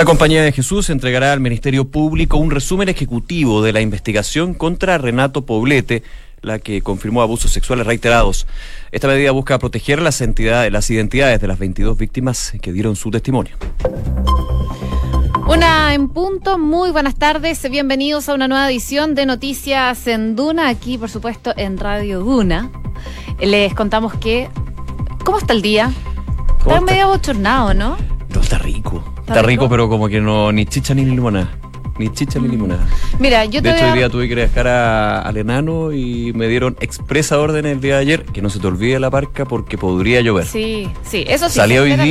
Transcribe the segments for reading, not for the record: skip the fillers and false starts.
La Compañía de Jesús entregará al Ministerio Público un resumen ejecutivo de la investigación contra Renato Poblete, la que confirmó abusos sexuales reiterados. Esta medida busca proteger las identidades de las 22 víctimas que dieron su testimonio. Una en punto, muy buenas tardes, bienvenidos a una nueva edición de Noticias en Duna, aquí por supuesto en Radio Duna. Les contamos que... ¿Cómo está el día? Está medio bochornado, ¿no? No, está rico. Está rico, pero como que no, ni chicha ni limonada. Ni chicha ni limonada. Mira, yo de hecho, hoy día tuve que ir a dejar al enano y me dieron expresa orden el día de ayer que no se te olvide la parca porque podría llover. Sí, eso sí. Salí hoy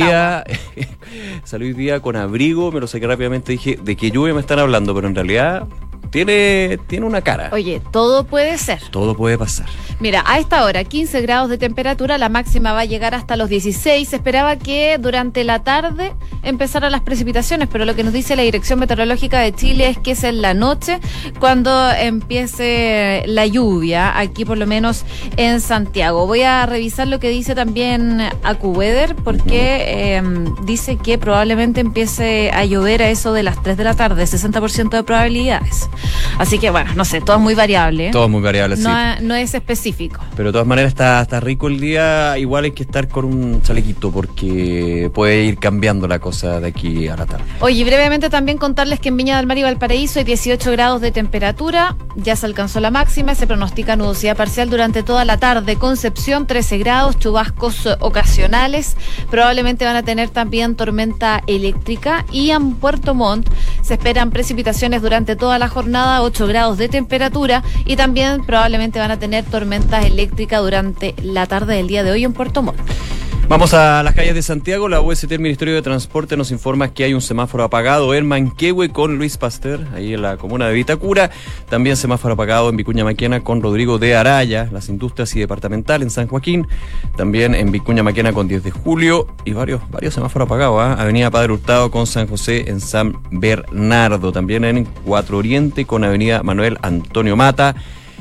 día con abrigo, me lo saqué rápidamente, dije, ¿de qué lluvia me están hablando? Pero en realidad tiene una cara. Oye, todo puede ser. Todo puede pasar. Mira, a esta hora, 15 grados de temperatura, la máxima va a llegar hasta los 16. Se esperaba que durante la tarde empezaran las precipitaciones, pero lo que nos dice la Dirección Meteorológica de Chile es que es en la noche cuando empiece la lluvia, aquí por lo menos en Santiago. Voy a revisar lo que dice también AccuWeather, porque dice que probablemente empiece a llover a eso de las 3 de la tarde, 60% de probabilidades. Así que bueno, no sé, todo es muy variable. Todo es muy variable, sí. No es específico. Pero de todas maneras está rico el día. Igual hay que estar con un chalequito porque puede ir cambiando la cosa de aquí a la tarde. Oye, brevemente también contarles que en Viña del Mar y Valparaíso hay 18 grados de temperatura. Ya se alcanzó la máxima. Se pronostica nubosidad parcial durante toda la tarde. Concepción 13 grados, chubascos ocasionales. Probablemente van a tener también tormenta eléctrica. Y en Puerto Montt se esperan precipitaciones durante toda la jornada, 8 grados de temperatura. Y también probablemente van a tener tormentas eléctricas durante la tarde del día de hoy en Puerto Montt. Vamos a las calles de Santiago. La UST, el Ministerio de Transporte, nos informa que hay un semáforo apagado en Manquehue con Luis Pasteur, ahí en la comuna de Vitacura. También semáforo apagado en Vicuña Maquena con Rodrigo de Araya, Las Industrias y Departamental en San Joaquín. También en Vicuña Maquena con 10 de julio y varios semáforos apagados. Avenida Padre Hurtado con San José en San Bernardo. También en 4 Oriente con Avenida Manuel Antonio Mata.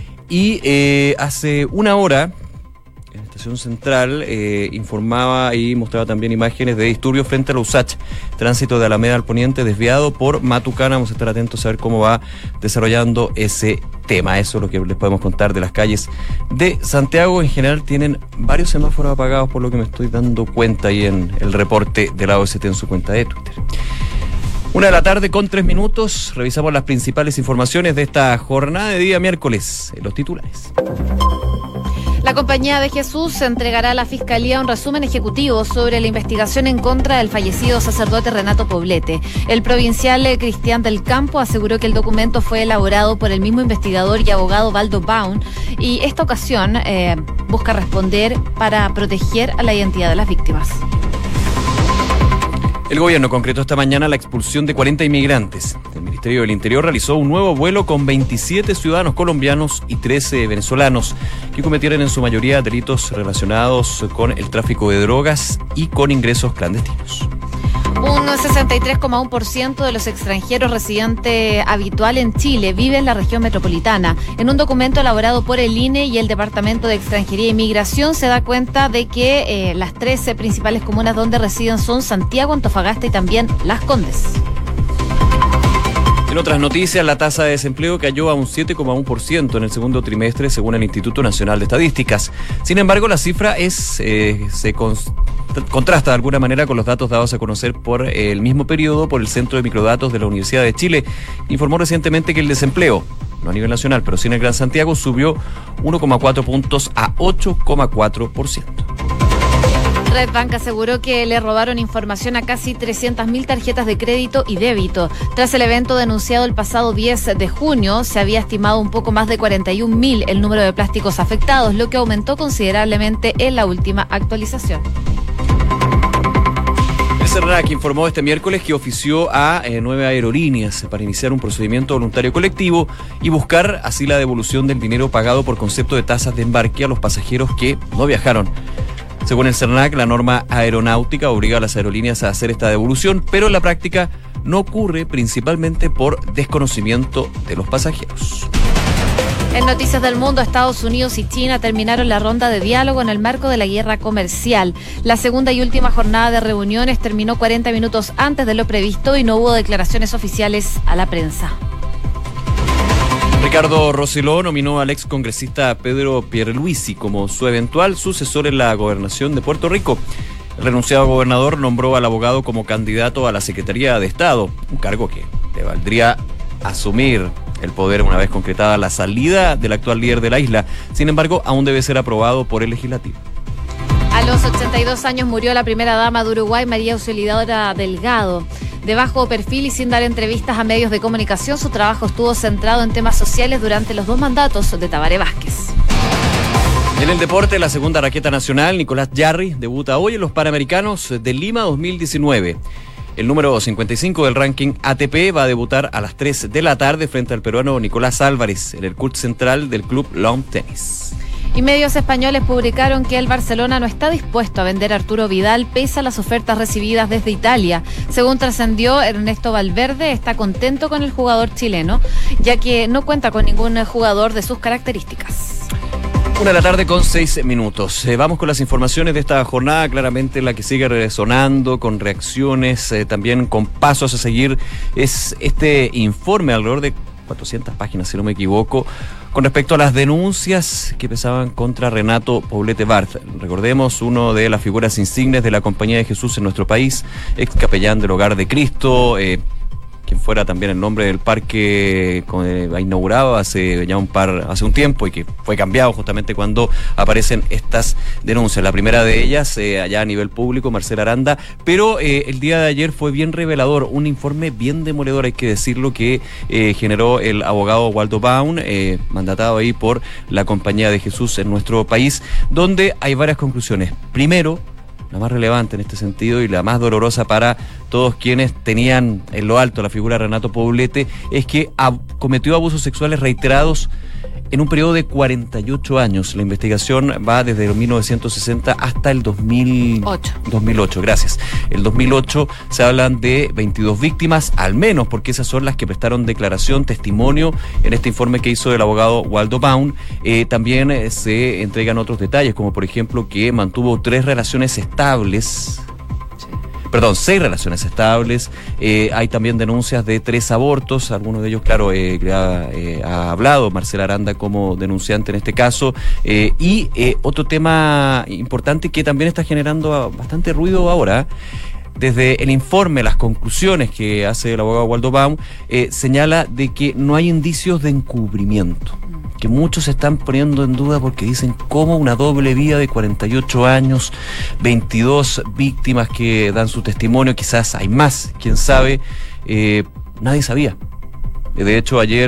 Y hace una hora, en la Estación Central, informaba y mostraba también imágenes de disturbios frente a la USACH. Tránsito de Alameda al Poniente desviado por Matucana. Vamos a estar atentos a ver cómo va desarrollando ese tema. Eso es lo que les podemos contar de las calles de Santiago. En general tienen varios semáforos apagados, por lo que me estoy dando cuenta ahí en el reporte de la OST en su cuenta de Twitter. 1 de la tarde con 3 minutos. Revisamos las principales informaciones de esta jornada de día miércoles. Los titulares. La Compañía de Jesús entregará a la Fiscalía un resumen ejecutivo sobre la investigación en contra del fallecido sacerdote Renato Poblete. El provincial Cristian del Campo aseguró que el documento fue elaborado por el mismo investigador y abogado Baldo Baun y esta ocasión busca responder para proteger a la identidad de las víctimas. El gobierno concretó esta mañana la expulsión de 40 inmigrantes. El Ministerio del Interior realizó un nuevo vuelo con 27 ciudadanos colombianos y 13 venezolanos que cometieron en su mayoría delitos relacionados con el tráfico de drogas y con ingresos clandestinos. Un 63,1% de los extranjeros residentes habitual en Chile vive en la región metropolitana. En un documento elaborado por el INE y el Departamento de Extranjería e Inmigración se da cuenta de que las 13 principales comunas donde residen son Santiago, Antofagasta y también Las Condes. En otras noticias, la tasa de desempleo cayó a un 7,1% en el segundo trimestre, según el Instituto Nacional de Estadísticas. Sin embargo, la cifra contrasta de alguna manera con los datos dados a conocer por el mismo periodo por el Centro de Microdatos de la Universidad de Chile. Informó recientemente que el desempleo, no a nivel nacional, pero sí en el Gran Santiago, subió 1,4 puntos a 8,4%. Redbank aseguró que le robaron información a casi 300.000 tarjetas de crédito y débito. Tras el evento denunciado el pasado 10 de junio, se había estimado un poco más de 41.000 el número de plásticos afectados, lo que aumentó considerablemente en la última actualización. El CERNAC informó este miércoles que ofició a 9 aerolíneas para iniciar un procedimiento voluntario colectivo y buscar así la devolución del dinero pagado por concepto de tasas de embarque a los pasajeros que no viajaron. Según el CERNAC, la norma aeronáutica obliga a las aerolíneas a hacer esta devolución, pero en la práctica no ocurre principalmente por desconocimiento de los pasajeros. En Noticias del Mundo, Estados Unidos y China terminaron la ronda de diálogo en el marco de la guerra comercial. La segunda y última jornada de reuniones terminó 40 minutos antes de lo previsto y no hubo declaraciones oficiales a la prensa. Ricardo Rosselló nominó al ex congresista Pedro Pierluisi como su eventual sucesor en la gobernación de Puerto Rico. El renunciado gobernador nombró al abogado como candidato a la Secretaría de Estado, un cargo que le valdría asumir el poder una vez concretada la salida del actual líder de la isla. Sin embargo, aún debe ser aprobado por el legislativo. A los 82 años murió la primera dama de Uruguay, María Auxiliadora Delgado. De bajo perfil y sin dar entrevistas a medios de comunicación, su trabajo estuvo centrado en temas sociales durante los 2 mandatos de Tabaré Vázquez. En el deporte, la segunda raqueta nacional, Nicolás Jarry, debuta hoy en los Panamericanos de Lima 2019. El número 55 del ranking ATP va a debutar a las 3 de la tarde frente al peruano Nicolás Álvarez en el court central del club Lawn Tennis. Y medios españoles publicaron que el Barcelona no está dispuesto a vender a Arturo Vidal pese a las ofertas recibidas desde Italia. Según trascendió, Ernesto Valverde está contento con el jugador chileno, ya que no cuenta con ningún jugador de sus características. 1:06 p.m. Vamos con las informaciones de esta jornada, claramente la que sigue resonando, con reacciones, también con pasos a seguir, es este informe alrededor de 400 páginas, si no me equivoco, con respecto a las denuncias que pesaban contra Renato Poblete Barth. Recordemos, uno de las figuras insignes de la Compañía de Jesús en nuestro país, ex capellán del Hogar de Cristo, quien fuera también el nombre del parque inaugurado hace un tiempo y que fue cambiado justamente cuando aparecen estas denuncias. La primera de ellas, allá a nivel público, Marcela Aranda, pero el día de ayer fue bien revelador, un informe bien demoledor, hay que decirlo, que generó el abogado Waldo Baum, mandatado ahí por la Compañía de Jesús en nuestro país, donde hay varias conclusiones. Primero, la más relevante en este sentido y la más dolorosa para todos quienes tenían en lo alto la figura de Renato Poblete, es que cometió abusos sexuales reiterados en un periodo de 48 años. La investigación va desde el 1960 hasta el 2008, gracias. El 2008 se hablan de 22 víctimas, al menos, porque esas son las que prestaron declaración, testimonio en este informe que hizo el abogado Waldo Baum. También se entregan otros detalles, como por ejemplo que mantuvo 6 relaciones estables. Hay también denuncias de 3 abortos, algunos de ellos, claro, ha hablado Marcela Aranda como denunciante en este caso. Y otro tema importante que también está generando bastante ruido ahora, desde el informe, las conclusiones que hace el abogado Waldo Baum, señala de que no hay indicios de encubrimiento, que muchos se están poniendo en duda porque dicen cómo una doble vida de 48 años, 22 víctimas que dan su testimonio, quizás hay más, quién sabe, nadie sabía. De hecho, ayer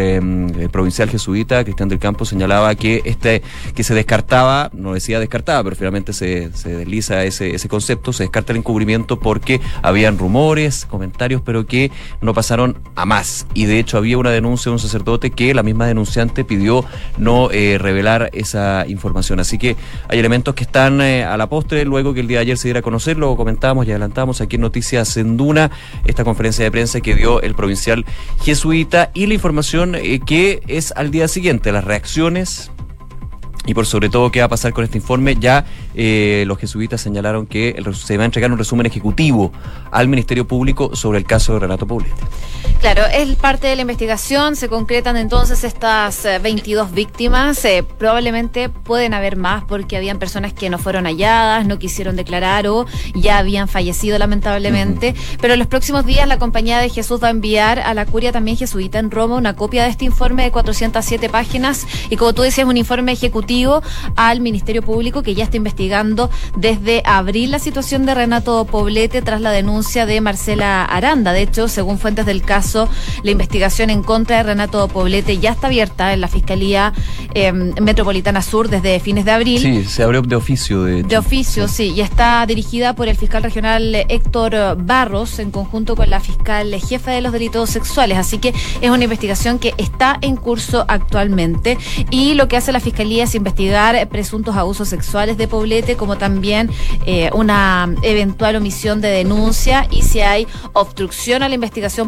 el provincial jesuita Cristian del Campo señalaba que se descartaba, no decía descartaba, pero finalmente se desliza ese concepto, se descarta el encubrimiento porque habían rumores, comentarios, pero que no pasaron a más. Y de hecho había una denuncia de un sacerdote que la misma denunciante pidió no revelar esa información. Así que hay elementos que están a la postre, luego que el día de ayer se diera a conocer, lo comentábamos y adelantamos aquí en Noticias en Duna, esta conferencia de prensa que dio el provincial jesuita, y la información que es al día siguiente, las reacciones y por sobre todo qué va a pasar con este informe. Ya los jesuitas señalaron que se va a entregar un resumen ejecutivo al Ministerio Público sobre el caso de Renato Poblete. Claro, es parte de la investigación, se concretan entonces estas 22 víctimas, probablemente pueden haber más porque habían personas que no fueron halladas, no quisieron declarar o ya habían fallecido lamentablemente, pero en los próximos días la Compañía de Jesús va a enviar a la Curia también jesuita en Roma una copia de este informe de 407 páginas y, como tú decías, un informe ejecutivo al Ministerio Público que ya está investigando desde abril la situación de Renato Poblete tras la denuncia de Marcela Aranda. De hecho, según fuentes del caso, la investigación en contra de Renato Poblete ya está abierta en la Fiscalía Metropolitana Sur desde fines de abril. Sí, se abrió de oficio, de hecho. De oficio, sí, y está dirigida por el fiscal regional Héctor Barros en conjunto con la fiscal jefa de los delitos sexuales. Así que es una investigación que está en curso actualmente y lo que hace la Fiscalía es investigar presuntos abusos sexuales de Poblete, como también una eventual omisión de denuncia y si hay obstrucción a la investigación por parte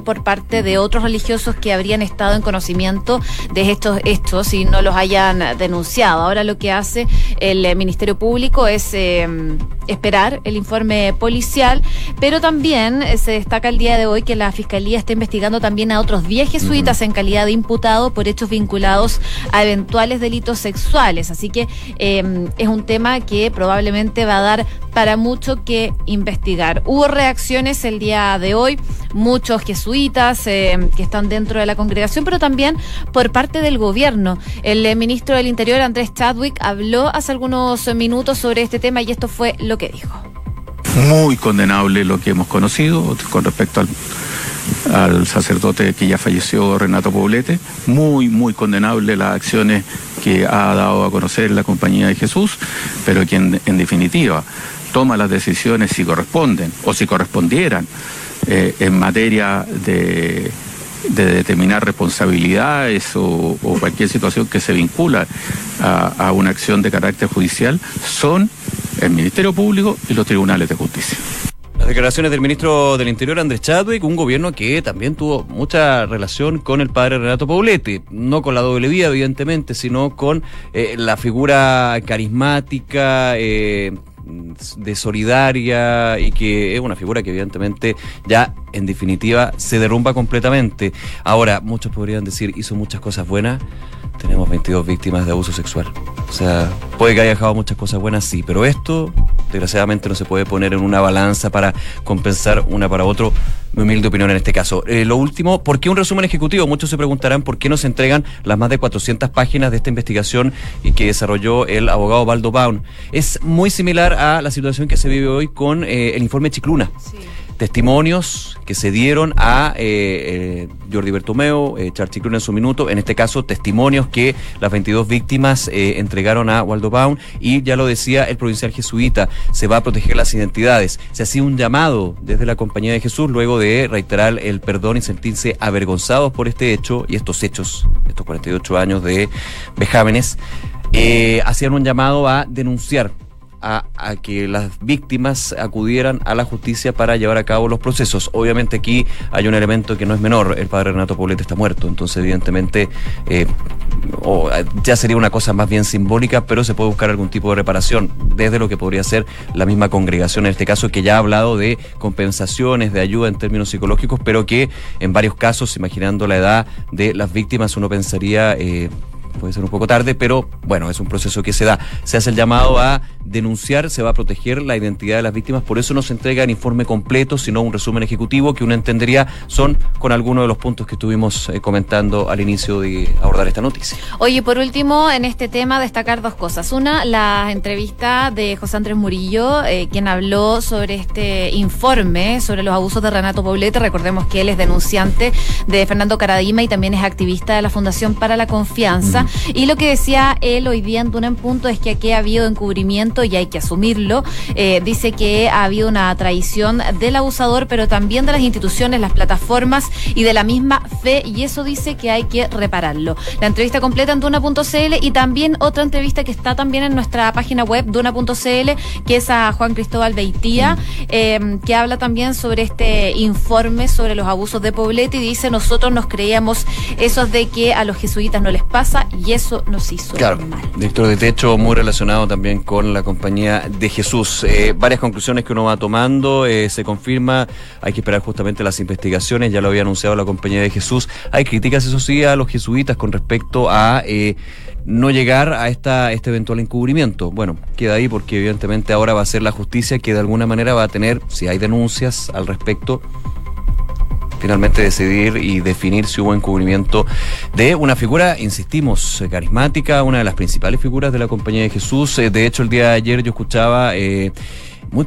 parte de otros religiosos que habrían estado en conocimiento de estos hechos y no los hayan denunciado. Ahora lo que hace el Ministerio Público es esperar el informe policial, pero también se destaca el día de hoy que la Fiscalía está investigando también a otros 10 jesuitas en calidad de imputado por hechos vinculados a eventuales delitos sexuales. Así que es un tema que probablemente va a dar para mucho que investigar. Hubo reacciones el día de hoy, muchos jesuitas que están dentro de la congregación, pero también por parte del gobierno. El ministro del Interior, Andrés Chadwick, habló hace algunos minutos sobre este tema y esto fue lo que dijo. Muy condenable lo que hemos conocido con respecto al sacerdote que ya falleció, Renato Poblete. Muy condenable las acciones que ha dado a conocer la Compañía de Jesús, pero quien en definitiva toma las decisiones si corresponden o si correspondieran en materia de determinar responsabilidades o cualquier situación que se vincula a una acción de carácter judicial son el Ministerio Público y los tribunales de justicia. Las declaraciones del ministro del Interior, Andrés Chadwick, un gobierno que también tuvo mucha relación con el padre Renato Poblete, no con la doble vía, evidentemente, sino con la figura carismática, de solidaria, y que es una figura que evidentemente ya en definitiva se derrumba completamente. Ahora, muchos podrían decir, hizo muchas cosas buenas. Tenemos 22 víctimas de abuso sexual. O sea, puede que haya dejado muchas cosas buenas, sí, pero esto desgraciadamente no se puede poner en una balanza para compensar una para otro. Mi humilde opinión en este caso. Lo último, ¿por qué un resumen ejecutivo? Muchos se preguntarán por qué no se entregan las más de 400 páginas de esta investigación y que desarrolló el abogado Waldo Baum. Es muy similar a la situación que se vive hoy con el informe Chicluna. Sí. Testimonios que se dieron a Jordi Bertomeu, Charles Chicluna en su minuto, en este caso testimonios que las 22 víctimas entregaron a Waldo Baum, y ya lo decía el provincial jesuita, se va a proteger las identidades. Se hacía un llamado desde la Compañía de Jesús luego de reiterar el perdón y sentirse avergonzados por este hecho y estos hechos, estos 48 años de vejámenes, hacían un llamado a denunciar, a que las víctimas acudieran a la justicia para llevar a cabo los procesos. Obviamente aquí hay un elemento que no es menor, el padre Renato Poblete está muerto, entonces evidentemente ya sería una cosa más bien simbólica, pero se puede buscar algún tipo de reparación desde lo que podría ser la misma congregación en este caso, que ya ha hablado de compensaciones, de ayuda en términos psicológicos, pero que en varios casos, imaginando la edad de las víctimas, uno pensaría puede ser un poco tarde, pero bueno, es un proceso que se da. Se hace el llamado a denunciar, se va a proteger la identidad de las víctimas, por eso no se entrega el informe completo, sino un resumen ejecutivo que uno entendería son con algunos de los puntos que estuvimos comentando al inicio de abordar esta noticia. Oye, por último, en este tema destacar dos cosas. Una, la entrevista de José Andrés Murillo, quien habló sobre este informe sobre los abusos de Renato Poblete. Recordemos que él es denunciante de Fernando Karadima y también es activista de la Fundación para la Confianza. Y lo que decía él hoy día en Duna en Punto es que aquí ha habido encubrimiento y hay que asumirlo. Dice que ha habido una traición del abusador, pero también de las instituciones, las plataformas y de la misma fe, y eso dice que hay que repararlo. La entrevista completa en Duna.cl, y también otra entrevista que está también en nuestra página web Duna.cl, que es a Juan Cristóbal Beitía, que habla también sobre este informe sobre los abusos de Poblete, y dice: nosotros nos creíamos esos de que a los jesuitas no les pasa, y eso nos hizo mal. Director de Techo, muy relacionado también con la Compañía de Jesús. Varias conclusiones que uno va tomando, se confirma, hay que esperar justamente las investigaciones, ya lo había anunciado la Compañía de Jesús. Hay críticas, eso sí, a los jesuitas con respecto a no llegar a este eventual encubrimiento. Bueno, queda ahí porque evidentemente ahora va a ser la justicia que de alguna manera va a tener, si hay denuncias al respecto, finalmente decidir y definir si hubo encubrimiento de una figura, insistimos, carismática, una de las principales figuras de la Compañía de Jesús. De hecho, el día de ayer yo escuchaba muy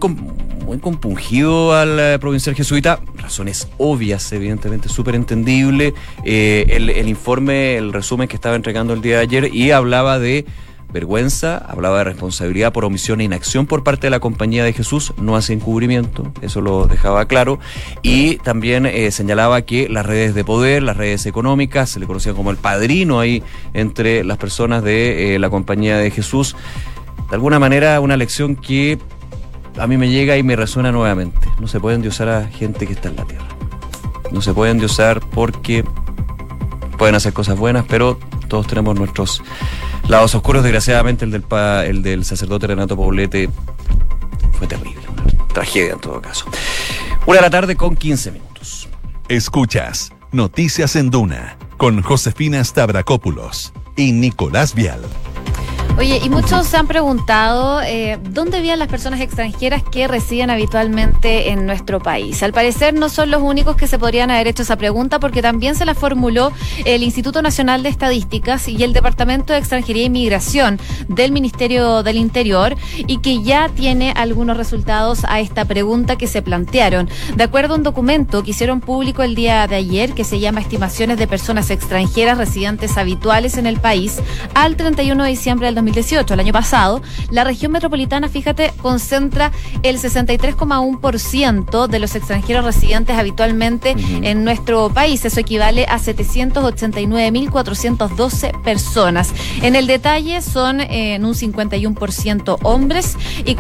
compungido al provincial jesuita, razones obvias, evidentemente, súper entendible, el informe, el resumen que estaba entregando el día de ayer, y hablaba de vergüenza, hablaba de responsabilidad por omisión e inacción por parte de la Compañía de Jesús, no hace encubrimiento, eso lo dejaba claro, y también señalaba que las redes de poder, las redes económicas, se le conocía como el padrino ahí entre las personas de la Compañía de Jesús. De alguna manera, una lección que a mí me llega y me resuena nuevamente: no se puede endiosar a gente que está en la tierra. no se puede endiosar porque pueden hacer cosas buenas, pero todos tenemos nuestros lados oscuros. Desgraciadamente el del sacerdote Renato Poblete fue terrible, una tragedia en todo caso. 1:15 p.m. Escuchas Noticias en Duna con Josefina Stavrakopoulos y Nicolás Vial. Oye, y muchos se han preguntado ¿dónde viven las personas extranjeras que residen habitualmente en nuestro país? Al parecer no son los únicos que se podrían haber hecho esa pregunta, porque también se la formuló el Instituto Nacional de Estadísticas y el Departamento de Extranjería e Inmigración del Ministerio del Interior, y que ya tiene algunos resultados a esta pregunta que se plantearon. De acuerdo a un documento que hicieron público el día de ayer, que se llama Estimaciones de Personas Extranjeras Residentes Habituales en el País, al 31 de diciembre del 2018, el año pasado, la región metropolitana, fíjate, concentra el 63,1% de los extranjeros residentes habitualmente en nuestro país. Eso equivale a 789.412 personas. En el detalle son en un 51% hombres y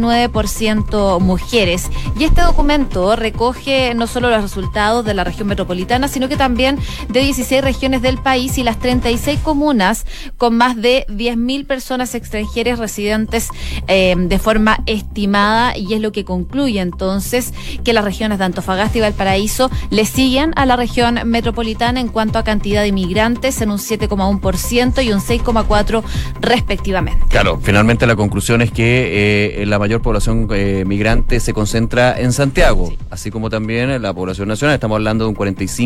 49% mujeres. Y este documento recoge no solo los resultados de la región metropolitana, sino que también de 16 regiones del país y las 36 comunas con más de 10.000 personas extranjeras residentes de forma estimada, y es lo que concluye entonces que las regiones de Antofagasta y Valparaíso le siguen a la región metropolitana en cuanto a cantidad de inmigrantes, en un 7,1% y un 6,4% respectivamente. Claro, finalmente la conclusión es que la mayor población migrante se concentra en Santiago, sí, así como también la población nacional. Estamos hablando de un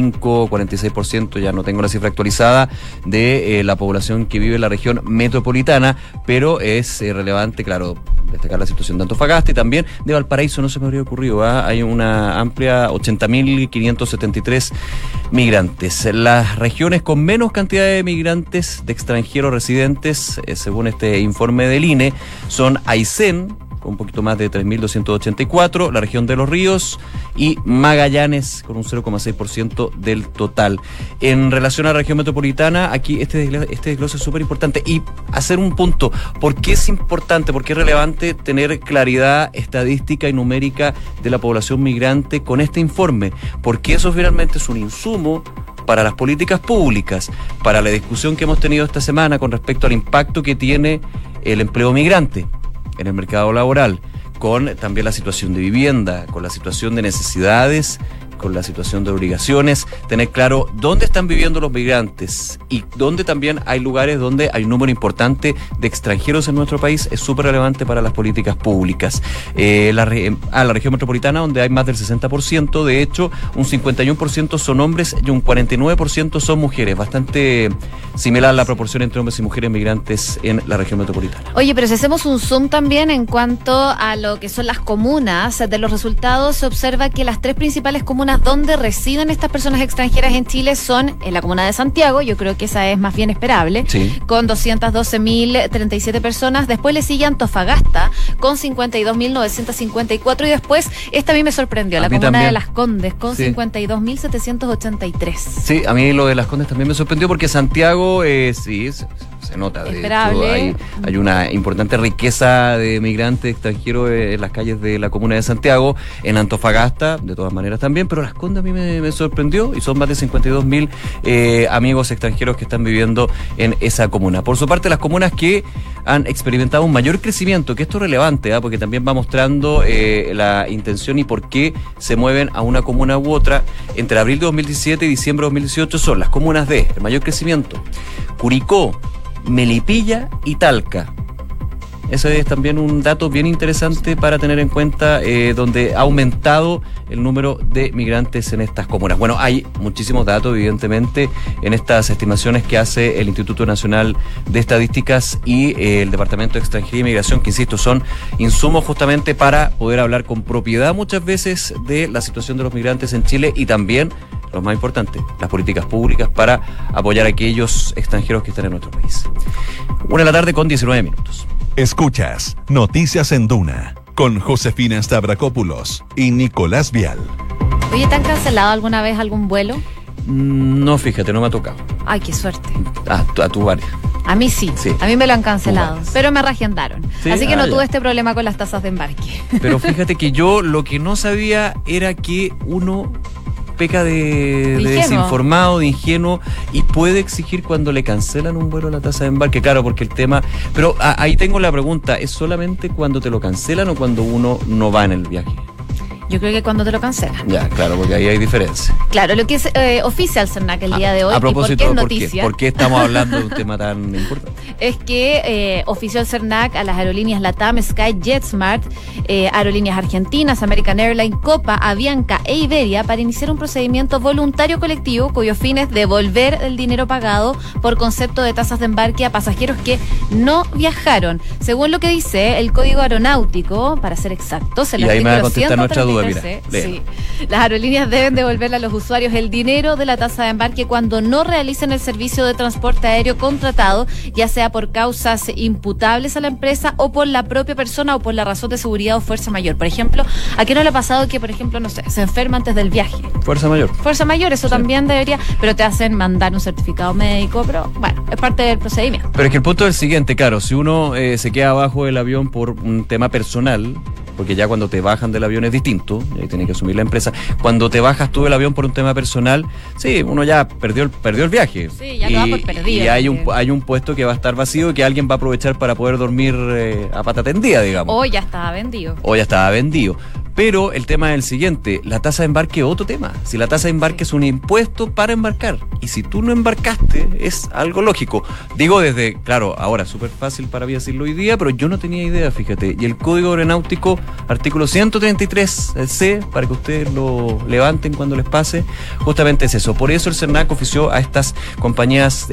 45-46%, ya no tengo la cifra actualizada, de la población que vive en la región metropolitana, pero es relevante, claro, destacar la situación de Antofagasta y también de Valparaíso. No se me habría ocurrido, hay una amplia 80.573 migrantes. Las regiones con menos cantidad de migrantes de extranjeros residentes, según este informe del INE, son Aysén, con un poquito más de 3.284, la región de Los Ríos y Magallanes, con un 0,6% del total. En relación a la región metropolitana, aquí este desglose es súper importante, y hacer un punto. ¿Por qué es importante, por qué es relevante tener claridad estadística y numérica de la población migrante con este informe? Porque eso finalmente es un insumo para las políticas públicas, para la discusión que hemos tenido esta semana con respecto al impacto que tiene el empleo migrante en el mercado laboral, con también la situación de vivienda, con la situación de necesidades, con la situación de obligaciones. Tener claro dónde están viviendo los migrantes y dónde también hay lugares donde hay un número importante de extranjeros en nuestro país es súper relevante para las políticas públicas. La región metropolitana, donde hay más del 60%, de hecho, un 51% son hombres y un 49% son mujeres. Bastante similar la proporción entre hombres y mujeres migrantes en la región metropolitana. Oye, pero si hacemos un zoom también en cuanto a lo que son las comunas, de los resultados se observa que las tres principales comunas donde residen estas personas extranjeras en Chile son en la comuna de Santiago, yo creo que esa es más bien esperable, sí, con 212.037 personas. Después le sigue Antofagasta con 52.954, y después esta a mí me sorprendió, la comuna también de Las Condes con 52.783. Sí, a mí lo de Las Condes también me sorprendió, porque Santiago sí se nota, de hecho, hay una importante riqueza de migrantes extranjeros en las calles de la comuna de Santiago. En Antofagasta, de todas maneras también, pero Las Condes a mí me sorprendió, y son más de 52.000 amigos extranjeros que están viviendo en esa comuna. Por su parte, las comunas que han experimentado un mayor crecimiento, que esto es relevante, porque también va mostrando la intención y por qué se mueven a una comuna u otra, entre abril de 2017 y diciembre de 2018, son las comunas de el mayor crecimiento: Curicó, Melipilla y Talca. Ese es también un dato bien interesante para tener en cuenta, donde ha aumentado el número de migrantes en estas comunas. Bueno, hay muchísimos datos, evidentemente, en estas estimaciones que hace el Instituto Nacional de Estadísticas y el Departamento de Extranjería y Migración, que, insisto, son insumos justamente para poder hablar con propiedad muchas veces de la situación de los migrantes en Chile, y también, lo más importante, las políticas públicas para apoyar a aquellos extranjeros que están en nuestro país. 1:19 p.m. Escuchas Noticias en Duna con Josefina Stavrakopoulos y Nicolás Vial. Oye, ¿te han cancelado alguna vez algún vuelo? No, fíjate, no me ha tocado. Ay, qué suerte. A tu varias. A mí sí, a mí me lo han cancelado, pero me reagendaron. Sí, así que no tuve este problema con las tasas de embarque. Pero fíjate que yo lo que no sabía era que uno peca de desinformado, de ingenuo, y puede exigir cuando le cancelan un vuelo la tasa de embarque. Claro, porque el tema... Pero ahí tengo la pregunta, ¿es solamente cuando te lo cancelan o cuando uno no va en el viaje? Yo creo que cuando te lo cancelan. Ya, claro, porque ahí hay diferencia. Claro, lo que es oficia el CERNAC el día de hoy. A propósito, ¿y por qué es noticia? ¿Por qué estamos hablando de un tema tan importante? Es que ofició el CERNAC a las aerolíneas LATAM, Sky, JetSmart, Aerolíneas Argentinas, American Airlines, Copa, Avianca e Iberia para iniciar un procedimiento voluntario colectivo cuyo fin es devolver el dinero pagado por concepto de tasas de embarque a pasajeros que no viajaron. Según lo que dice el Código Aeronáutico, para ser exactos, el y ahí me va a contestar 133, nuestra duda, mira. Sí. Las aerolíneas deben devolverle a los usuarios el dinero de la tasa de embarque cuando no realicen el servicio de transporte aéreo contratado, ya sea por causas imputables a la empresa o por la propia persona o por la razón de seguridad o fuerza mayor. Por ejemplo, ¿a qué no le ha pasado que, por ejemplo, no sé, se enferma antes del viaje? Fuerza mayor. Fuerza mayor, eso sí. También debería, pero te hacen mandar un certificado médico, pero bueno, es parte del procedimiento. Pero es que el punto es el siguiente, claro, si uno se queda abajo del avión por un tema personal, porque ya cuando te bajan del avión es distinto, y ahí tiene que asumir la empresa. Cuando te bajas tú del avión por un tema personal, sí, uno ya perdió el viaje. Sí, ya lo va por perdido. Y hay un puesto que va a estar vacío y que alguien va a aprovechar para poder dormir a pata tendida, digamos. O ya estaba vendido. Pero el tema es el siguiente, la tasa de embarque es otro tema. Si la tasa de embarque es un impuesto para embarcar, y si tú no embarcaste, es algo lógico. Digo desde, claro, ahora súper fácil para mí decirlo hoy día, pero yo no tenía idea, fíjate. Y el Código Aeronáutico, artículo 133, el C, para que ustedes lo levanten cuando les pase, justamente es eso. Por eso el CERNAC ofició a estas compañías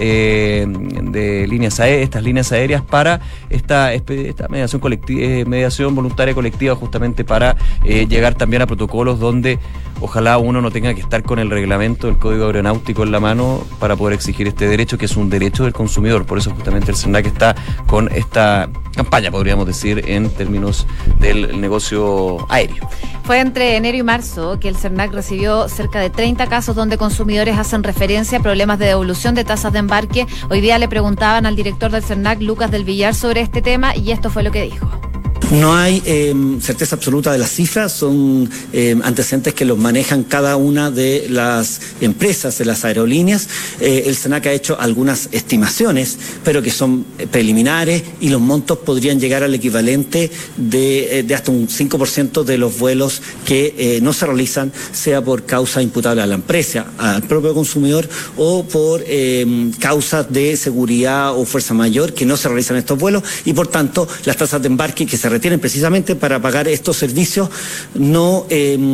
de líneas aéreas, estas líneas aéreas para esta mediación colectiva, mediación voluntaria colectiva, justamente para llegar también a protocolos donde ojalá uno no tenga que estar con el reglamento del Código Aeronáutico en la mano para poder exigir este derecho, que es un derecho del consumidor. Por eso justamente el CERNAC está con esta campaña, podríamos decir, en términos del negocio aéreo. Fue entre enero y marzo que el CERNAC recibió cerca de 30 casos donde consumidores hacen referencia a problemas de devolución de tasas de embarque. Hoy día le preguntaban al director del CERNAC, Lucas del Villar, sobre este tema, y esto fue lo que dijo. No hay certeza absoluta de las cifras, son antecedentes que los manejan cada una de las empresas, de las aerolíneas. El CERNAC ha hecho algunas estimaciones, pero que son preliminares, y los montos podrían llegar al equivalente de hasta un 5% de los vuelos que no se realizan, sea por causa imputable a la empresa, al propio consumidor, o por causas de seguridad o fuerza mayor que no se realizan estos vuelos, y por tanto las tasas de embarque que se retienen precisamente para pagar estos servicios no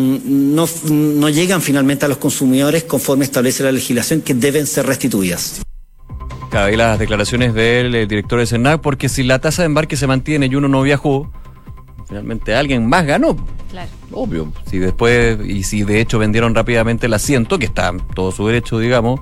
llegan finalmente a los consumidores conforme establece la legislación, que deben ser restituidas. Claro, y las declaraciones del director de CERNAC, porque si la tasa de embarque se mantiene y uno no viajó, finalmente alguien más ganó. Claro. Obvio. Si después, y si de hecho vendieron rápidamente el asiento, que está todo su derecho, digamos,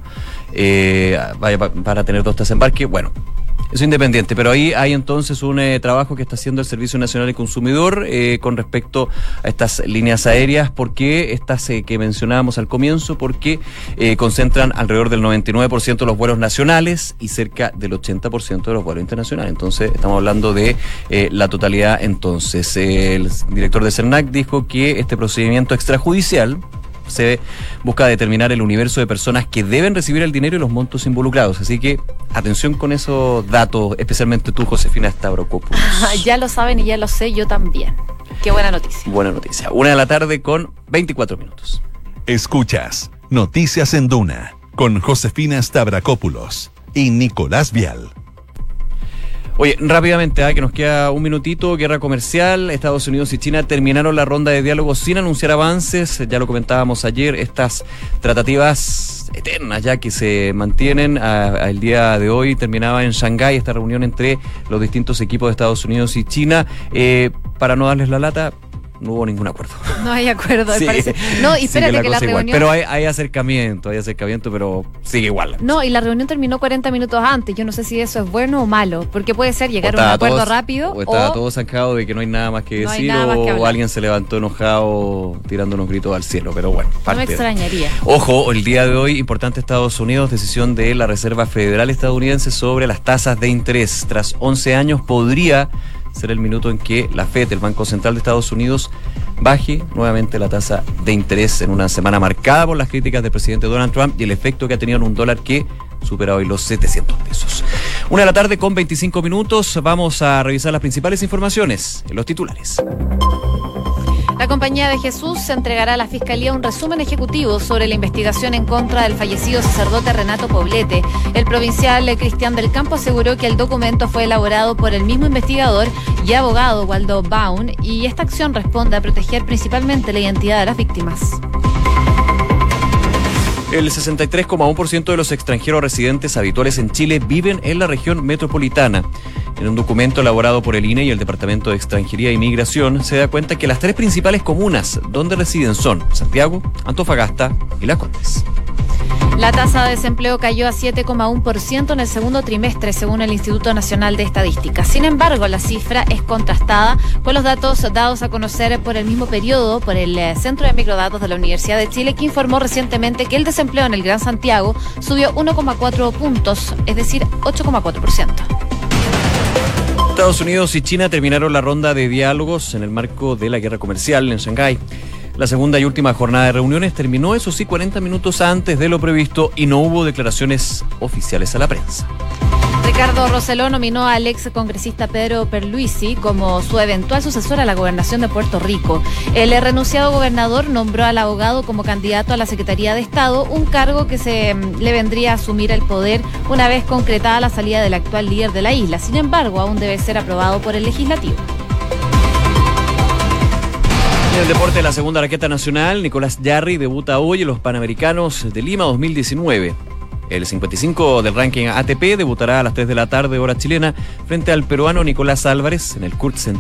para tener dos tasas de embarque, bueno, eso independiente, pero ahí hay entonces un trabajo que está haciendo el Servicio Nacional del Consumidor con respecto a estas líneas aéreas, porque estas que mencionábamos al comienzo, porque concentran alrededor del 99% de los vuelos nacionales y cerca del 80% de los vuelos internacionales. Entonces estamos hablando de la totalidad. Entonces el director de CERNAC dijo que este procedimiento extrajudicial se busca determinar el universo de personas que deben recibir el dinero y los montos involucrados. Así que atención con esos datos, especialmente tú, Josefina Stavrakopoulos. Ya lo saben y ya lo sé, yo también. Qué buena noticia. Buena noticia. 1:00 con 24 minutos. Escuchas Noticias en Duna con Josefina Stavrakopoulos y Nicolás Vial. Oye, rápidamente, que nos queda un minutito. Guerra comercial. Estados Unidos y China terminaron la ronda de diálogo sin anunciar avances. Ya lo comentábamos ayer, estas tratativas eternas ya que se mantienen el día de hoy. Terminaba en Shanghái esta reunión entre los distintos equipos de Estados Unidos y China. Para no darles la lata, no hubo ningún acuerdo. No hay acuerdo, sí, parece. No, y espérate que la reunión... Igual. Pero hay acercamiento, pero sigue igual. No, y la reunión terminó 40 minutos antes. Yo no sé si eso es bueno o malo, porque puede ser llegar a un acuerdo rápido. O estaba todo zanjado de que no hay nada más que decir, o alguien se levantó enojado tirando unos gritos al cielo, pero bueno. No me extrañaría. Ojo, el día de hoy, importante Estados Unidos, decisión de la Reserva Federal estadounidense sobre las tasas de interés. Tras 11 años podría será el minuto en que la Fed, el Banco Central de Estados Unidos, baje nuevamente la tasa de interés en una semana marcada por las críticas del presidente Donald Trump y el efecto que ha tenido en un dólar que supera hoy los 700 pesos. 1:00 con 25 minutos. Vamos a revisar las principales informaciones en los titulares. La Compañía de Jesús entregará a la Fiscalía un resumen ejecutivo sobre la investigación en contra del fallecido sacerdote Renato Poblete. El provincial Cristian del Campo aseguró que el documento fue elaborado por el mismo investigador y abogado Waldo Baun, y esta acción responde a proteger principalmente la identidad de las víctimas. El 63,1% de los extranjeros residentes habituales en Chile viven en la región metropolitana. En un documento elaborado por el INE y el Departamento de Extranjería e Inmigración, se da cuenta que las 3 principales comunas donde residen son Santiago, Antofagasta y Las Condes. La tasa de desempleo cayó a 7,1% en el segundo trimestre, según el Instituto Nacional de Estadística. Sin embargo, la cifra es contrastada con los datos dados a conocer por el mismo periodo por el Centro de Microdatos de la Universidad de Chile, que informó recientemente que el desempleo en el Gran Santiago subió 1,4 puntos, es decir, 8,4%. Estados Unidos y China terminaron la ronda de diálogos en el marco de la guerra comercial en Shanghái. La segunda y última jornada de reuniones terminó, eso sí, 40 minutos antes de lo previsto y no hubo declaraciones oficiales a la prensa. Ricardo Rosselló nominó al ex congresista Pedro Pierluisi como su eventual sucesor a la gobernación de Puerto Rico. El renunciado gobernador nombró al abogado como candidato a la Secretaría de Estado, un cargo que se le vendría a asumir el poder una vez concretada la salida del actual líder de la isla. Sin embargo, aún debe ser aprobado por el legislativo. En el deporte de la segunda raqueta nacional, Nicolás Jarry debuta hoy en los Panamericanos de Lima 2019. El 55 del ranking ATP debutará a las 3 de la tarde hora chilena frente al peruano Nicolás Álvarez en el Kurt Center.